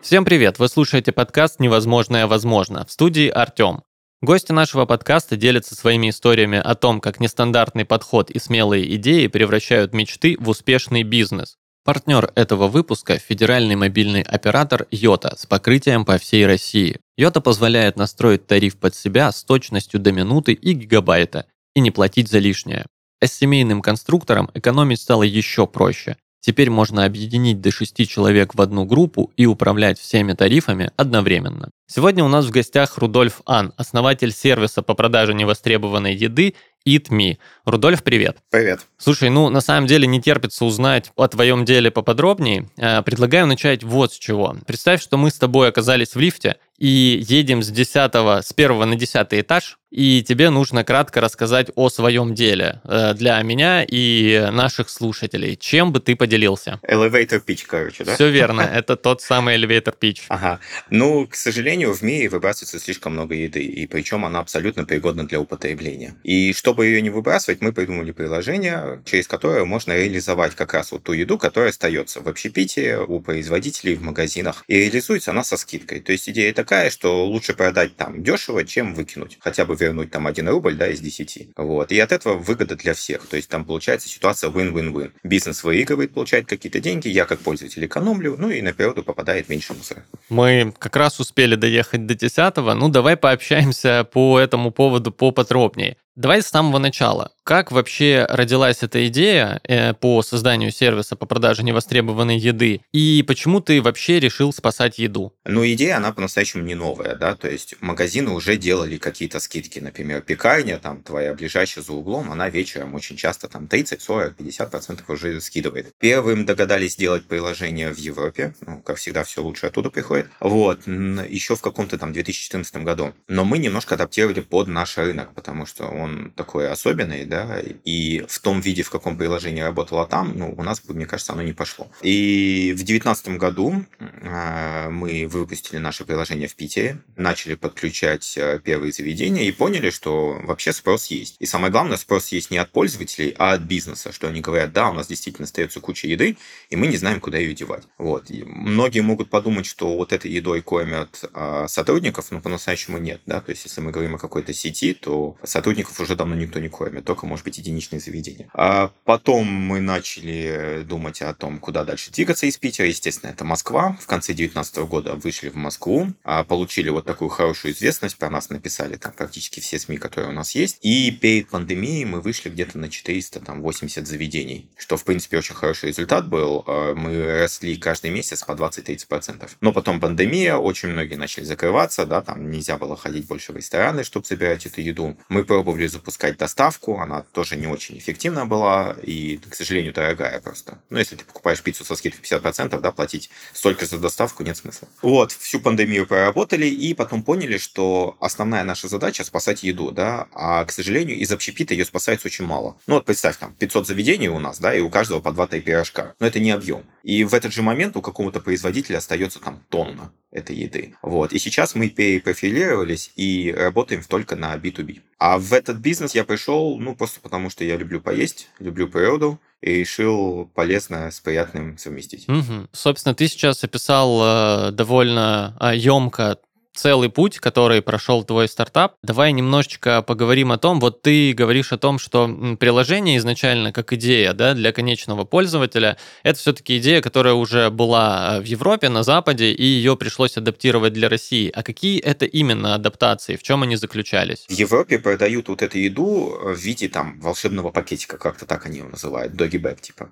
Всем привет! Вы слушаете подкаст «Невозможное возможно». В студии Артем. Гости нашего подкаста делятся своими историями о том, как нестандартный подход и смелые идеи превращают мечты в успешный бизнес. Партнер этого выпуска – федеральный мобильный оператор Йота с покрытием по всей России. Йота позволяет настроить тариф под себя с точностью до минуты и гигабайта и не платить за лишнее. А с семейным конструктором экономить стало еще проще. Теперь можно объединить до 6 человек в одну группу и управлять всеми тарифами одновременно. Сегодня у нас в гостях Рудольф Ан, основатель сервиса по продаже невостребованной еды Eat Me. Рудольф, привет. Привет. Слушай, на самом деле не терпится узнать о твоем деле поподробнее. Предлагаю начать вот с чего. Представь, что мы с тобой оказались в лифте и едем с первого на 10 этаж, и тебе нужно кратко рассказать о своем деле для меня и наших слушателей. Чем бы ты поделился? Elevator pitch, короче, да? Все верно, это тот самый elevator pitch. Ага. К сожалению, в мире выбрасывается слишком много еды, и причем она абсолютно пригодна для употребления. И чтобы ее не выбрасывать, мы придумали приложение, через которое можно реализовать как раз вот ту еду, которая остается в общепите, у производителей, в магазинах. И реализуется она со скидкой. То есть идея такая, что лучше продать там дешево, чем выкинуть. Хотя бы вернуть там 1 рубль, из 10. Вот. И от этого выгода для всех. То есть там получается ситуация win-win-win. Бизнес выигрывает, получает какие-то деньги, я как пользователь экономлю, и на природу попадает меньше мусора. Мы как раз успели доехать до 10-го. Давай пообщаемся по этому поводу поподробнее. Давай с самого начала. Как вообще родилась эта идея по созданию сервиса по продаже невостребованной еды? И почему ты вообще решил спасать еду? Идея, она по-настоящему не новая, да, то есть магазины уже делали какие-то скидки, например, пекарня, там, твоя ближайшая за углом, она вечером очень часто там 30, 40, 50% уже скидывает. Первым догадались сделать приложение в Европе, как всегда, все лучше оттуда приходит, еще в каком-то там 2014 году. Но мы немножко адаптировали под наш рынок, потому что он такой особенный, да, и в том виде, в каком приложение работало там, у нас, мне кажется, оно не пошло. И в 2019 году мы выпустили наше приложение в Питере, начали подключать первые заведения и поняли, что вообще спрос есть. И самое главное, спрос есть не от пользователей, а от бизнеса, что они говорят, да, у нас действительно остается куча еды, и мы не знаем, куда ее девать. И многие могут подумать, что вот этой едой кормят сотрудников, но по-настоящему нет, да, то есть если мы говорим о какой-то сети, то сотрудников уже давно никто не кормит, только, может быть, единичные заведения. А потом мы начали думать о том, куда дальше двигаться из Питера. Естественно, это Москва. В конце 2019 года вышли в Москву, получили вот такую хорошую известность, про нас написали там практически все СМИ, которые у нас есть. И перед пандемией мы вышли где-то на 480 заведений, что, в принципе, очень хороший результат был. Мы росли каждый месяц по 20-30%. Но потом пандемия, очень многие начали закрываться, да, там нельзя было ходить больше в рестораны, чтобы забирать эту еду. Мы пробовали запускать доставку, она тоже не очень эффективна была и, к сожалению, дорогая просто. Если ты покупаешь пиццу со скидкой 50%, да, платить столько за доставку нет смысла. Всю пандемию проработали и потом поняли, что основная наша задача спасать еду, да, а, к сожалению, из общепита ее спасается очень мало. Представь, там 500 заведений у нас, да, и у каждого по 2-3 пирожка. Но это не объем. И в этот же момент у какого-то производителя остается там тонна этой еды. И сейчас мы перепрофилировались и работаем только на B2B. А в этот бизнес я пришел, просто потому что я люблю поесть, люблю природу, и решил полезное с приятным совместить. Собственно, ты сейчас описал довольно емко целый путь, который прошел твой стартап. Давай немножечко поговорим о том, ты говоришь о том, что приложение изначально как идея, да, для конечного пользователя, это все-таки идея, которая уже была в Европе, на Западе, и ее пришлось адаптировать для России. А какие это именно адаптации, в чем они заключались? В Европе продают вот эту еду в виде там волшебного пакетика, как-то так они его называют, doggy-bag типа.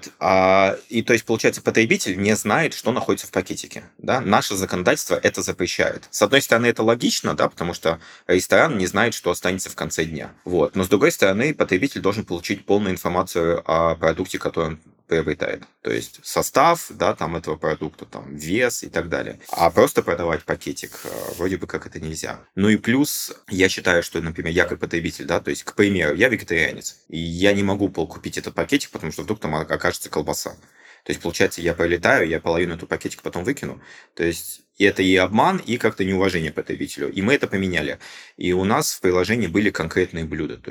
И то есть, получается, потребитель не знает, что находится в пакетике. Да? Наше законодательство это запрещает. С одной стороны, это логично, да, потому что ресторан не знает, что останется в конце дня. Но с другой стороны, потребитель должен получить полную информацию о продукте, который он приобретает. То есть состав, да, там этого продукта, там вес и так далее. А просто продавать пакетик вроде бы как это нельзя. И плюс я считаю, что, например, я как потребитель, да, то есть, к примеру, я вегетарианец, и я не могу купить этот пакетик, потому что вдруг там окажется колбаса. То есть, получается, я пролетаю, я половину этого пакетика потом выкину. То есть, и это и обман, и как-то неуважение потребителю. И мы это поменяли. И у нас в приложении были конкретные блюда. То есть,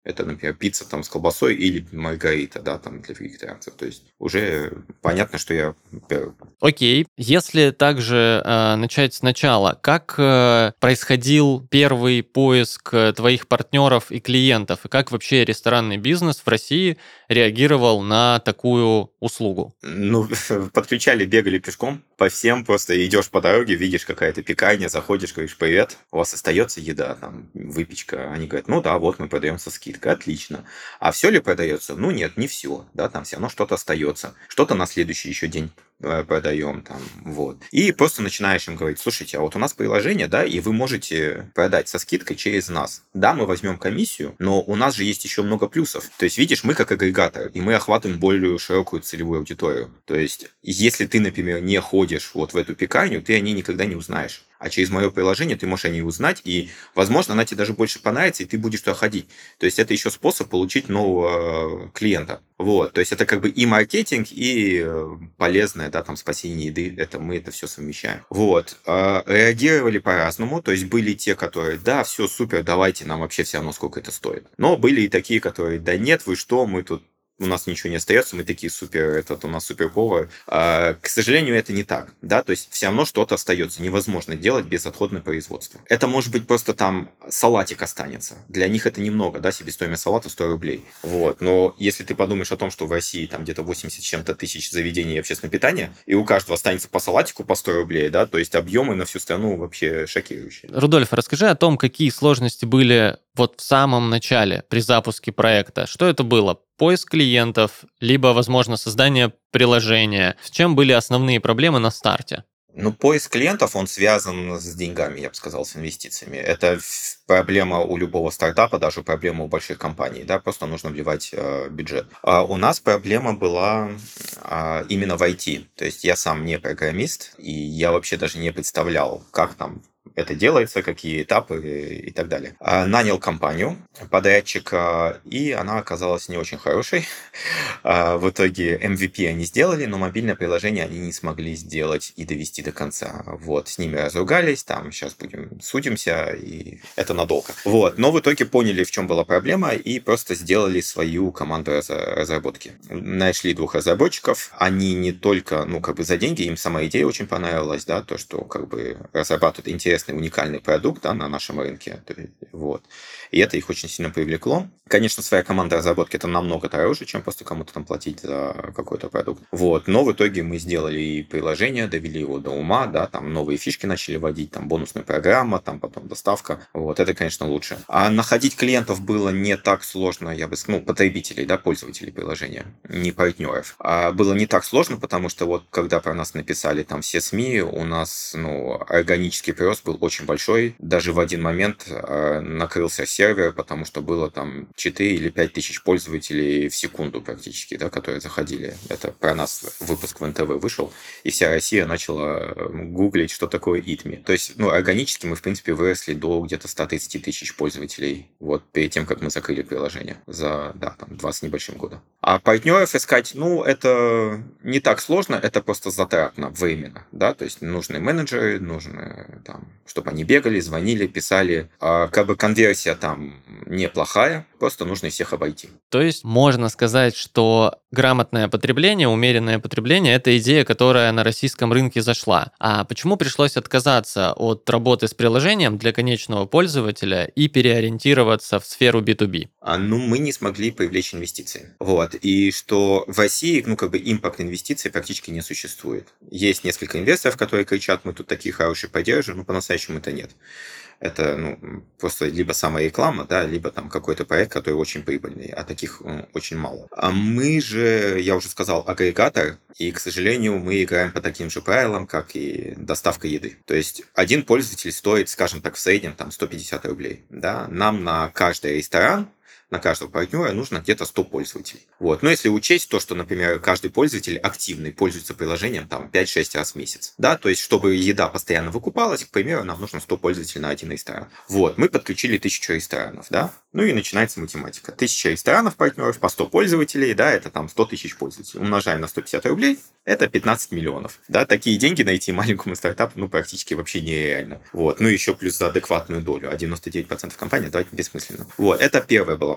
Это, например, пицца там с колбасой или маргарита, да, там для вегетарианцев. То есть уже понятно, что я первый. Окей. Если также начать сначала, как происходил первый поиск твоих партнеров и клиентов, и как вообще ресторанный бизнес в России реагировал на такую услугу? Ну, подключали, бегали пешком по всем, просто идешь по дороге, видишь какая-то пекарня, заходишь, говоришь, привет, у вас остается еда, там, выпечка. Они говорят, ну да, вот мы продаем со скидкой, отлично. А все ли продается? Ну нет, не все, да, там все равно что-то остается, что-то на следующий еще день продаем там, вот. И просто начинаешь им говорить, слушайте, а вот у нас приложение, да, и вы можете продать со скидкой через нас. Да, мы возьмем комиссию, но у нас же есть еще много плюсов. То есть, видишь, мы как агрегатор, и мы охватываем более широкую целевую аудиторию. То есть, если ты, например, не ходишь вот в эту пекарню, ты о ней никогда не узнаешь. А через мое приложение ты можешь о ней узнать, и, возможно, она тебе даже больше понравится, и ты будешь туда ходить. То есть, это еще способ получить нового клиента. Вот, то есть, это как бы и маркетинг, и полезное, да, там, спасение еды, это мы это все совмещаем. Вот, реагировали по-разному, то есть, были те, которые, да, все супер, давайте, нам вообще все равно сколько это стоит. Но были и такие, которые, да нет, вы что, мы тут у нас ничего не остается, мы такие супер, у нас супер повар. К сожалению, это не так, да, то есть все равно что-то остается, невозможно делать безотходное производство. Это может быть просто там салатик останется, для них это немного, да, себестоимость салата 100 рублей, вот, но если ты подумаешь о том, что в России там где-то 80 с чем-то тысяч заведений общественного питания, и у каждого останется по салатику по 100 рублей, да, то есть объемы на всю страну вообще шокирующие. Рудольф, расскажи о том, какие сложности были вот в самом начале при запуске проекта. Что это было? Поиск клиентов, либо, возможно, создание приложения. С чем были основные проблемы на старте? Ну, поиск клиентов, он связан с деньгами, я бы сказал, с инвестициями. Это проблема у любого стартапа, даже проблема у больших компаний, да, просто нужно вливать бюджет. А у нас проблема была именно в IT. То есть я сам не программист, и я вообще даже не представлял, как там это делается, какие этапы и так далее. Нанял компанию, подрядчика, и она оказалась не очень хорошей. В итоге MVP они сделали, но мобильное приложение они не смогли сделать и довести до конца. Вот, с ними разругались, там сейчас судимся, и это надолго. Вот, но в итоге поняли, в чем была проблема, и просто сделали свою команду разработки. Нашли 2 разработчиков, они не только, ну, как бы за деньги, им сама идея очень понравилась, да, то, что как бы разрабатывают интересный, уникальный продукт, да, на нашем рынке, вот. И это их очень сильно привлекло. Конечно, своя команда разработки это намного дороже, чем просто кому-то там платить за какой-то продукт. Вот. Но в итоге мы сделали и приложение, довели его до ума, да, там новые фишки начали вводить, там бонусная программа, там потом доставка. Вот. Это, конечно, лучше. А находить клиентов было не так сложно, я бы сказал, ну, потребителей, да, пользователей приложения, не партнеров. А было не так сложно, потому что вот когда про нас написали там все СМИ, у нас, ну, органический прирост был очень большой. Даже в один момент накрылся сервер, потому что было там 4 или 5 тысяч пользователей в секунду практически, да, которые заходили. Это про нас выпуск в НТВ вышел, и вся Россия начала гуглить, что такое ИТМИ. То есть, ну, органически мы, в принципе, выросли до где-то 130 тысяч пользователей, вот, перед тем, как мы закрыли приложение за, да, там, 20 с небольшим года. А партнеров искать, ну, это не так сложно, это просто затратно временно, да, то есть нужны менеджеры, нужны, там, чтобы они бегали, звонили, писали. А как бы конверсия там неплохая, просто нужно всех обойти. То есть можно сказать, что грамотное потребление, умеренное потребление – это идея, которая на российском рынке зашла. А почему пришлось отказаться от работы с приложением для конечного пользователя и переориентироваться в сферу B2B? Ну, мы не смогли привлечь инвестиции. Вот. И что в России, ну, как бы импакт инвестиций практически не существует. Есть несколько инвесторов, которые кричат, мы тут такие хорошие поддерживаем, но по-настоящему это нет. Это, ну, просто либо самая реклама, да, либо там какой-то проект, который очень прибыльный, а таких очень мало. А мы же, я уже сказал, агрегатор, и, к сожалению, мы играем по таким же правилам, как и доставка еды. То есть один пользователь стоит, скажем так, в среднем там 150 рублей. Да? Нам на каждый ресторан, на каждого партнера нужно где-то 100 пользователей. Вот. Но если учесть то, что, например, каждый пользователь активный пользуется приложением там 5-6 раз в месяц, да, то есть чтобы еда постоянно выкупалась, к примеру, нам нужно 100 пользователей на один ресторан. Вот, мы подключили 1000 ресторанов, да, ну и начинается математика. 1000 ресторанов партнеров по 100 пользователей, да, это там 100 тысяч пользователей. Умножаем на 150 рублей, это 15 миллионов. Да, такие деньги найти маленькому стартапу, ну, практически вообще нереально. Вот, ну, еще плюс за адекватную долю, а 99% компаний давать бессмысленно. Вот, это первая была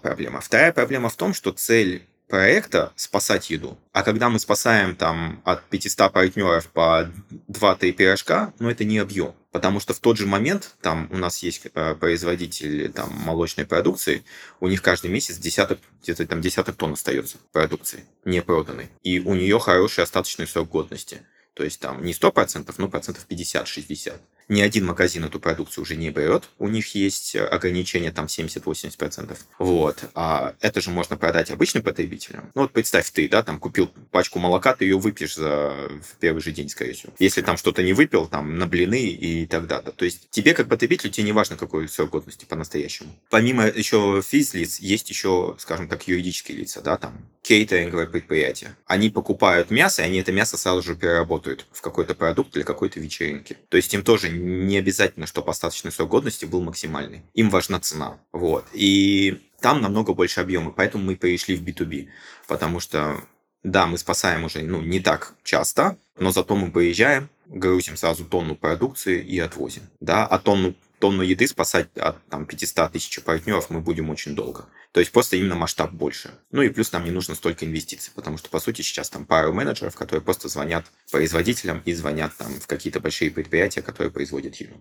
проблема. Вторая проблема в том, что цель проекта спасать еду. А когда мы спасаем там от 500 партнеров по 2-3 пирожка, это не объем. Потому что в тот же момент там у нас есть производители там, молочной продукции, у них каждый месяц где-то там десяток тонн остается продукции не проданной. И у нее хороший остаточный срок годности. То есть там не 100%, но 50-60%. Ни один магазин эту продукцию уже не берет. У них есть ограничение там 70-80%. Вот. А это же можно продать обычным потребителям. Представь, ты, там купил пачку молока, ты ее выпьешь в первый же день, скорее всего. Если там что-то не выпил, там на блины и так далее. То есть тебе, как потребителю, тебе не важно, какой срок годности по-настоящему. Помимо еще физлиц, есть еще, скажем так, юридические лица, там кейтеринговые предприятия. Они покупают мясо, и они это мясо сразу же переработают в какой-то продукт для какой-то вечеринки. То есть им тоже не обязательно, чтобы остаточный срок годности был максимальный. Им важна цена. Вот. И там намного больше объема, поэтому мы перешли в B2B. Потому что, да, мы спасаем уже не так часто, но зато мы поезжаем, грузим сразу тонну продукции и отвозим. Да? А тонну еды спасать от 500 тысяч партнеров мы будем очень долго. То есть просто именно масштаб больше. И плюс нам не нужно столько инвестиций, потому что, по сути, сейчас там пару менеджеров, которые просто звонят производителям и звонят в какие-то большие предприятия, которые производят еду.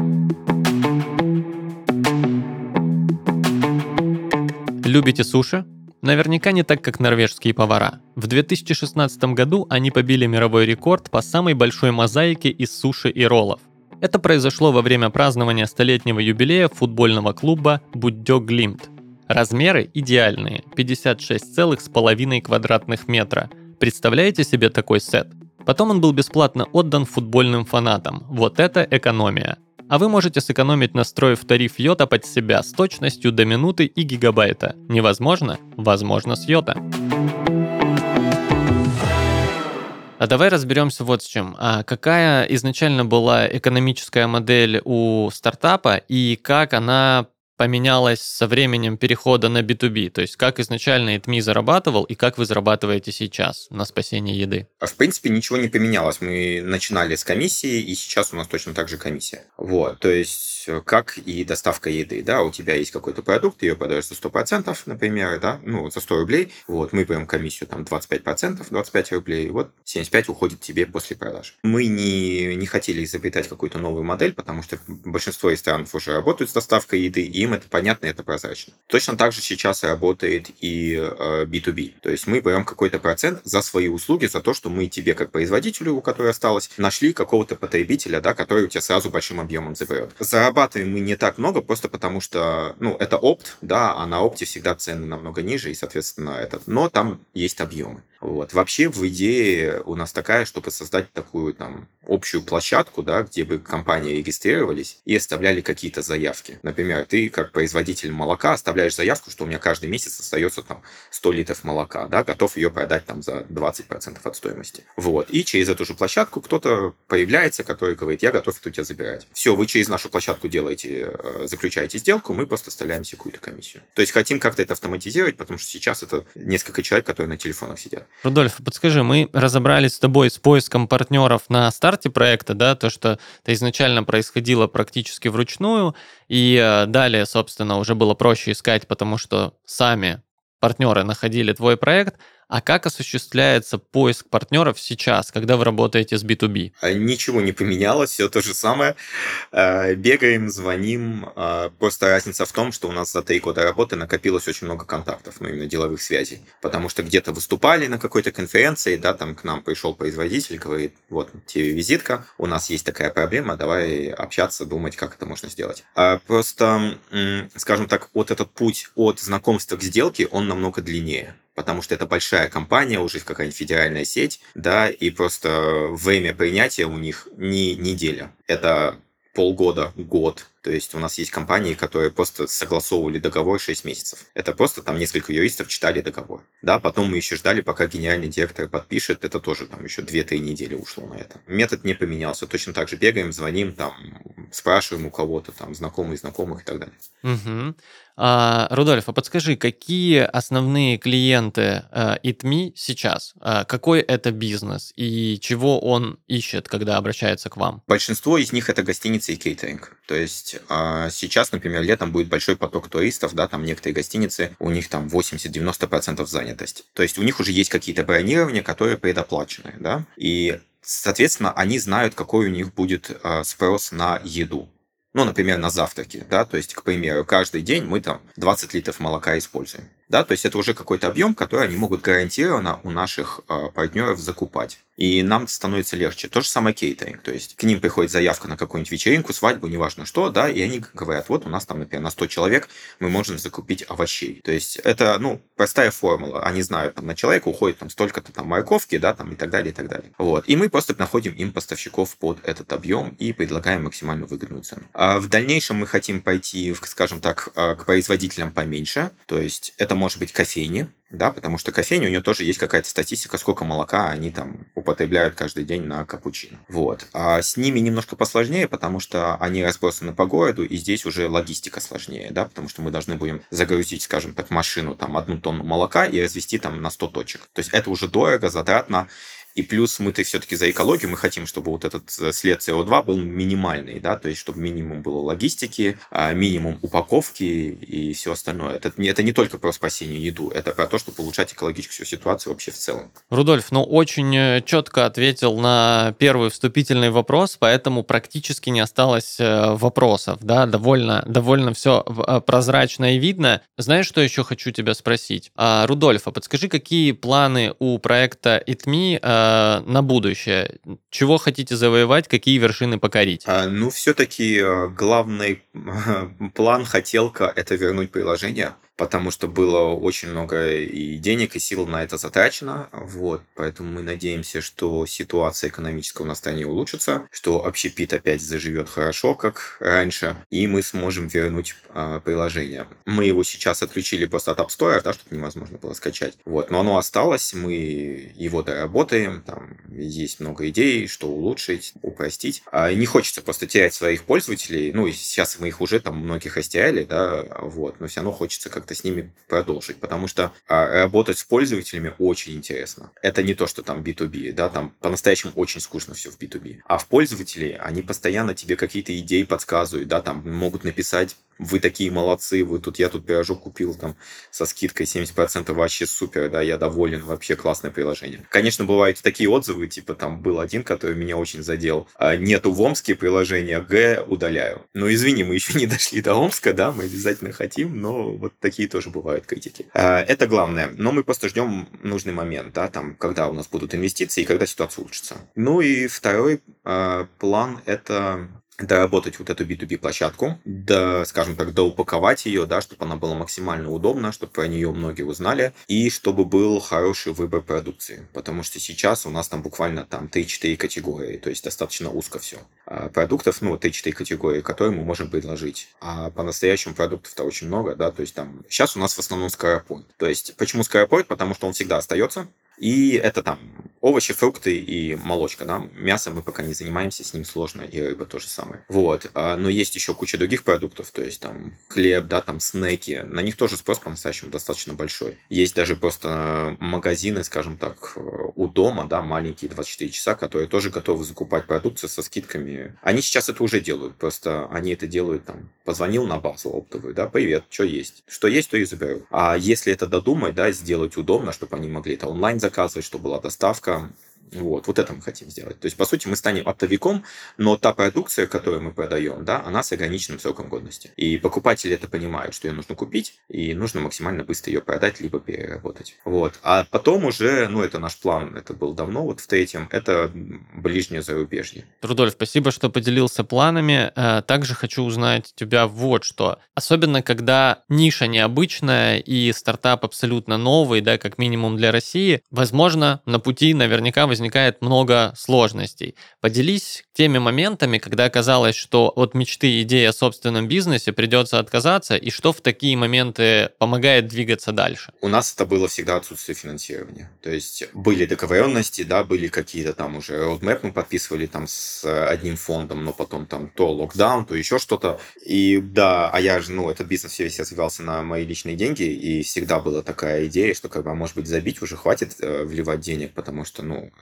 Любите суши? Наверняка не так, как норвежские повара. В 2016 году они побили мировой рекорд по самой большой мозаике из суши и роллов. Это произошло во время празднования столетнего юбилея футбольного клуба Бодø Glimt. Размеры идеальные – 56,5 квадратных метра. Представляете себе такой сет? Потом он был бесплатно отдан футбольным фанатам. Вот это экономия. А вы можете сэкономить, настроив тариф Йота под себя с точностью до минуты и гигабайта. Невозможно? Возможно с Йота. А давай разберемся вот с чем. Какая изначально была экономическая модель у стартапа и как она поменялась со временем перехода на B2B? То есть как изначально ИТМИ зарабатывал и как вы зарабатываете сейчас на спасение еды? В принципе, ничего не поменялось. Мы начинали с комиссии, и сейчас у нас точно так же комиссия. Вот, то есть как и доставка еды. Да, у тебя есть какой-то продукт, ты ее продаешь за 100%, например, да, за 100 рублей. Вот, мы берем комиссию 25%, 25 рублей, вот 75 уходит тебе после продаж. Мы не хотели изобретать какую-то новую модель, потому что большинство ресторанов уже работают с доставкой еды, и им это понятно, это прозрачно. Точно так же сейчас работает и B2B. То есть мы берем какой-то процент за свои услуги, за то, что мы тебе, как производителю, у которой осталось, нашли какого-то потребителя, да, который у тебя сразу большим объемом заберет. Зарабатываем мы не так много, просто потому что, это опт, да, а на опте всегда цены намного ниже, и, соответственно, но там есть объемы. Вот. Вообще, в идее у нас такая, чтобы создать такую общую площадку, да, где бы компании регистрировались и оставляли какие-то заявки. Например, ты, как производитель молока, оставляешь заявку, что у меня каждый месяц остается 100 литров молока, да, готов ее продать за 20% от стоимости. Вот. И через эту же площадку кто-то появляется, который говорит, я готов это у тебя забирать. Все, вы через нашу площадку заключаете сделку, мы просто оставляем себе какую-то комиссию. То есть хотим как-то это автоматизировать, потому что сейчас это несколько человек, которые на телефонах сидят. Рудольф, подскажи, мы разобрались с тобой с поиском партнеров на старте проекта, да, то, что это изначально происходило практически вручную, и далее, собственно, уже было проще искать, потому что сами партнеры находили твой проект. А как осуществляется поиск партнеров сейчас, когда вы работаете с B2B? Ничего не поменялось, все то же самое. Бегаем, звоним. Просто разница в том, что у нас за 3 года работы накопилось очень много контактов, именно деловых связей. Потому что где-то выступали на какой-то конференции, да, там к нам пришел производитель, говорит, вот тебе визитка, у нас есть такая проблема, давай общаться, думать, как это можно сделать. Просто, скажем так, вот этот путь от знакомства к сделке, он намного длиннее. Потому что это большая компания, уже какая-нибудь федеральная сеть, да, и просто время принятия у них не неделя. Это полгода, год. То есть у нас есть компании, которые просто согласовывали договор 6 месяцев. Это просто несколько юристов читали договор. Да, потом мы еще ждали, пока генеральный директор подпишет. Это тоже еще 2-3 недели ушло на это. Метод не поменялся. Точно так же бегаем, звоним, спрашиваем у кого-то, знакомых и так далее. Угу. Рудольф, подскажи, какие основные клиенты ИТМИ сейчас? Какой это бизнес и чего он ищет, когда обращается к вам? Большинство из них это гостиницы и кейтеринг. То есть есть сейчас, например, летом будет большой поток туристов, да, там некоторые гостиницы, у них там 80-90% занятость. То есть у них уже есть какие-то бронирования, которые предоплачены, да, и, соответственно, они знают, какой у них будет спрос на еду. Ну, например, на завтраки, да, то есть, к примеру, каждый день мы там 20 литров молока используем, да, то есть это уже какой-то объем, который они могут гарантированно у наших партнеров закупать. И нам становится легче. То же самое кейтеринг, то есть к ним приходит заявка на какую-нибудь вечеринку, свадьбу, неважно что, да, и они говорят, вот у нас там, например, на 100 человек мы можем закупить овощей. То есть это, ну, простая формула. Они знают, там, на человека уходит там столько-то там морковки, да, там и так далее, и так далее. Вот. И мы просто находим им поставщиков под этот объем и предлагаем максимально выгодную цену. А в дальнейшем мы хотим пойти, скажем так, к производителям поменьше, то есть это может быть кофейни, да, потому что кофейня, у нее тоже есть какая-то статистика, сколько молока они там употребляют каждый день на капучино. Вот. А с ними немножко посложнее, потому что они разбросаны по городу, и здесь уже логистика сложнее, да, потому что мы должны будем загрузить, скажем так, машину там 1 тонну молока и развести там на 100 точек. То есть это уже дорого, затратно. И плюс мы-то все-таки за экологию, мы хотим, чтобы вот этот след СО2 был минимальный, да, то есть чтобы минимум было логистики, минимум упаковки и все остальное. Это не только про спасение еду, это про то, чтобы улучшать экологическую ситуацию вообще в целом. Рудольф, ну очень четко ответил на первый вступительный вопрос, поэтому практически не осталось вопросов, да, довольно все прозрачно и видно. Знаешь, что еще хочу тебя спросить? Рудольф, а подскажи, какие планы у проекта ITME на будущее? Чего хотите завоевать, какие вершины покорить? Ну, все-таки главный план, хотелка – это вернуть приложение, потому что было очень много и денег, и сил на это затрачено. Вот. Поэтому мы надеемся, что ситуация экономическая у нас в стране улучшится, что общепит опять заживет хорошо, как раньше, и мы сможем вернуть приложение. Мы его сейчас отключили просто от App Store, да, чтобы невозможно было скачать. Вот. Но оно осталось, мы его доработаем, там есть много идей, что улучшить, упростить. Не хочется просто терять своих пользователей, ну и сейчас мы их уже там многих растеряли, да, вот, но все равно хочется как-то с ними продолжить, потому что работать с пользователями очень интересно. Это не то, что там B2B, да, там по-настоящему очень скучно все в B2B. А в пользователей они постоянно тебе какие-то идеи подсказывают, да, там могут написать: вы такие молодцы, я тут пирожок купил там со скидкой 70%, вообще супер, да, я доволен, вообще классное приложение. Конечно, бывают такие отзывы, типа там был один, который меня очень задел: нету в Омске приложения, удаляю. Ну, извини, мы еще не дошли до Омска, да, мы обязательно хотим, но вот такие тоже бывают критики. Это главное, но мы просто ждем нужный момент, да, там, когда у нас будут инвестиции и когда ситуация улучшится. Ну и второй план – это доработать вот эту B2B-площадку, скажем так, доупаковать ее, да, чтобы она была максимально удобна, чтобы про нее многие узнали, и чтобы был хороший выбор продукции. Потому что сейчас у нас там буквально там 3-4 категории, то есть достаточно узко все. Продуктов, 3-4 категории, которые мы можем предложить. А по-настоящему продуктов-то очень много, да, то есть там сейчас у нас в основном Skyrpoint. То есть почему Skyrpoint? Потому что он всегда остается. И это там овощи, фрукты и молочка, да. Мясо мы пока не занимаемся, с ним сложно, и рыба то же самое. Вот. Но есть еще куча других продуктов, то есть там хлеб, да, там снеки. На них тоже спрос по-настоящему достаточно большой. Есть даже просто магазины, скажем так, у дома, да, маленькие 24 часа, которые тоже готовы закупать продукцию со скидками. Они сейчас это уже делают, просто они это делают там. Позвонил на базу оптовую, да, привет, что есть? Что есть, то и заберу. А если это додумать, да, сделать удобно, чтобы они могли это онлайн заказывать, чтобы была доставка. Вот это мы хотим сделать. То есть, по сути, мы станем оптовиком, но та продукция, которую мы продаем, да, она с ограниченным сроком годности. И покупатели это понимают, что ее нужно купить, и нужно максимально быстро ее продать, либо переработать. Вот. А потом уже, это наш план, это был давно, вот в третьем, это ближнее зарубежье. Рудольф, спасибо, что поделился планами. Также хочу узнать у тебя вот что. Особенно, когда ниша необычная и стартап абсолютно новый, да, как минимум для России, возможно, на пути наверняка возникает много сложностей. Поделись теми моментами, когда оказалось, что от мечты и идеи о собственном бизнесе придется отказаться, и что в такие моменты помогает двигаться дальше. У нас это было всегда отсутствие финансирования. То есть были договоренности, да, были какие-то там уже roadmap мы подписывали там с одним фондом, но потом там то локдаун, то еще что-то. И да, а я же, этот бизнес весь развивался на мои личные деньги, и всегда была такая идея, что может быть забить, уже хватит вливать денег, потому что,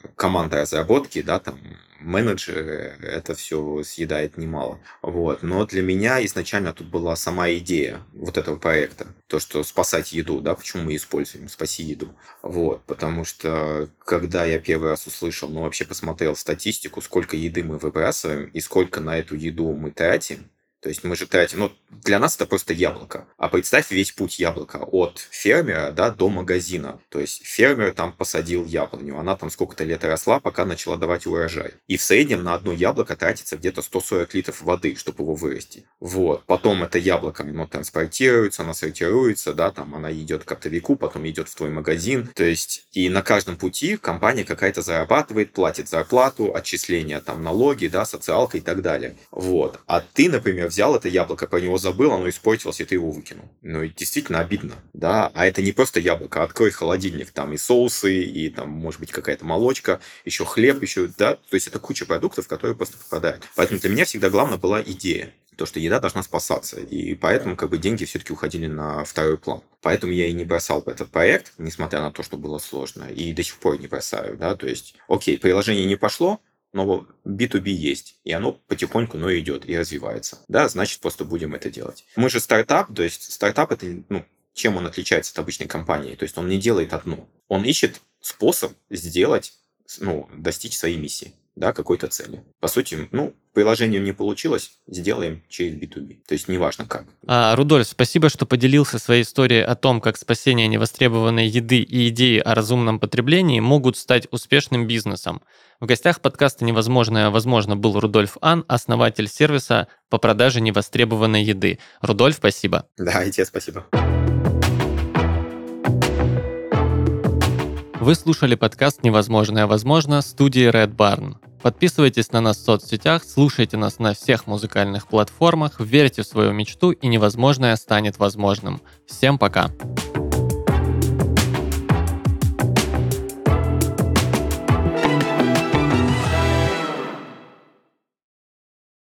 команда разработки, да, там менеджеры, это все съедает немало. Вот. Но для меня изначально тут была сама идея вот этого проекта. То, что спасать еду, да, почему мы используем «Спаси еду». Вот. Потому что, когда я первый раз услышал, вообще посмотрел статистику, сколько еды мы выбрасываем и сколько на эту еду мы тратим, то есть мы же тратим, для нас это просто яблоко. А представь весь путь яблока от фермера, да, до магазина. То есть фермер там посадил яблоню, она там сколько-то лет росла, пока начала давать урожай. И в среднем на одно яблоко тратится где-то 140 литров воды, чтобы его вырастить. Вот. Потом это яблоко, оно транспортируется, оно сортируется, да, там она идет к оптовику, потом идет в твой магазин. То есть и на каждом пути компания какая-то зарабатывает, платит зарплату, отчисления, там налоги, да, социалка и так далее. Вот. А ты, например, взял это яблоко, про него забыл, оно испортилось, и ты его выкинул. И действительно обидно, да. А это не просто яблоко, открой холодильник, там и соусы, и там, может быть, какая-то молочка, еще хлеб, еще, да. То есть это куча продуктов, которые просто попадают. Поэтому для меня всегда главное была идея. То, что еда должна спасаться. И поэтому деньги все-таки уходили на второй план. Поэтому я и не бросал этот проект, несмотря на то, что было сложно. И до сих пор не бросаю, да. То есть, окей, приложение не пошло, но B2B есть, и оно потихоньку, идет и развивается. Да, значит, просто будем это делать. Мы же стартап, то есть стартап это, чем он отличается от обычной компании? То есть он не делает одно. Он ищет способ сделать, достичь своей миссии, да, какой-то цели. По сути, приложению не получилось, сделаем через B2B. То есть неважно как. Рудольф, спасибо, что поделился своей историей о том, как спасение невостребованной еды и идеи о разумном потреблении могут стать успешным бизнесом. В гостях подкаста «Невозможное возможно» был Рудольф Ан, основатель сервиса по продаже невостребованной еды. Рудольф, спасибо. Да, и тебе спасибо. Вы слушали подкаст «Невозможное возможно» студии Red Barn. Подписывайтесь на нас в соцсетях, слушайте нас на всех музыкальных платформах, верьте в свою мечту, и невозможное станет возможным. Всем пока!